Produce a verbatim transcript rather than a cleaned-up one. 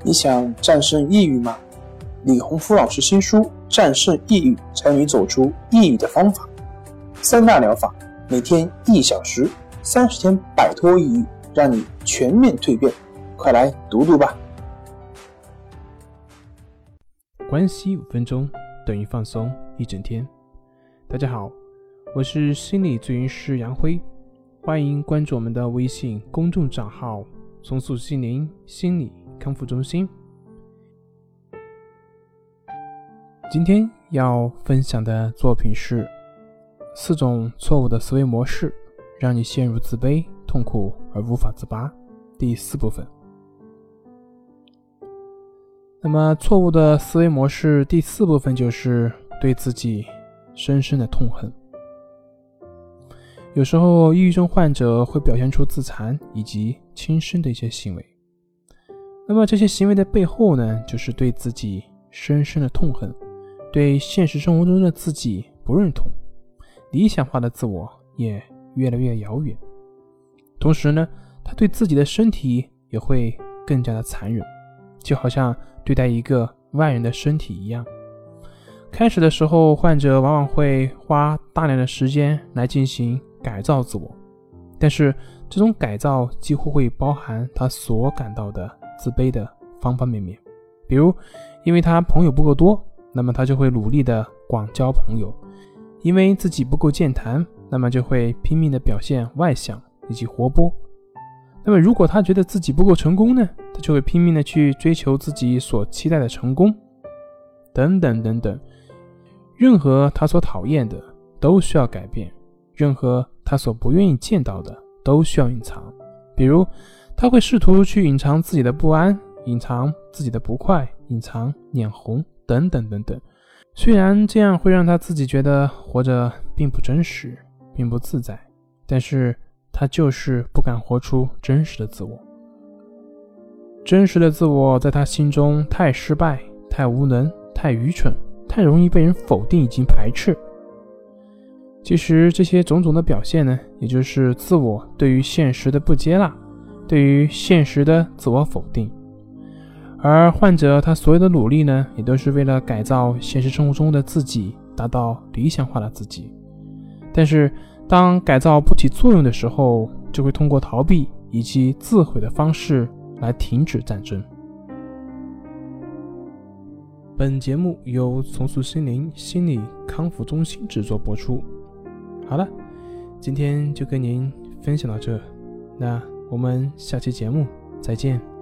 你想战胜抑郁吗？李洪福老师新书《战胜抑郁，教你走出抑郁的方法》，三大疗法，每天一小时，三十天摆脱抑郁，让你全面蜕变。快来读读吧。 关系五分钟等于放松一整天。大家好，我是心理咨询师杨辉，欢迎关注我们的微信公众账号重塑心灵心理康复中心。今天要分享的作品是四种错误的思维模式，让你陷入自卑痛苦而无法自拔，第四部分。那么错误的思维模式第四部分就是对自己深深的痛恨。有时候抑郁症患者会表现出自残以及轻生的一些行为，那么这些行为的背后呢，就是对自己深深的痛恨，对现实生活中的自己不认同，理想化的自我也越来越遥远。同时呢，他对自己的身体也会更加的残忍，就好像对待一个外人的身体一样。开始的时候，患者往往会花大量的时间来进行改造自我，但是这种改造几乎会包含他所感到的自卑的方方面面。比如，因为他朋友不够多，那么他就会努力的广交朋友；因为自己不够健谈，那么就会拼命的表现外向以及活泼。那么如果他觉得自己不够成功呢，他就会拼命的去追求自己所期待的成功，等等等等。任何他所讨厌的都需要改变，任何他所不愿意见到的都需要隐藏。比如他会试图去隐藏自己的不安，隐藏自己的不快，隐藏脸红等等等等。虽然这样会让他自己觉得活着并不真实，并不自在，但是他就是不敢活出真实的自我。真实的自我在他心中太失败，太无能，太愚蠢，太容易被人否定以及排斥。其实这些种种的表现呢，也就是自我对于现实的不接纳，对于现实的自我否定。而患者他所有的努力呢，也都是为了改造现实生活中的自己，达到理想化的自己。但是当改造不起作用的时候，就会通过逃避以及自毁的方式来停止战争。本节目由重塑心灵心理康复中心制作播出。好了，今天就跟您分享到这，那我们下期节目再见。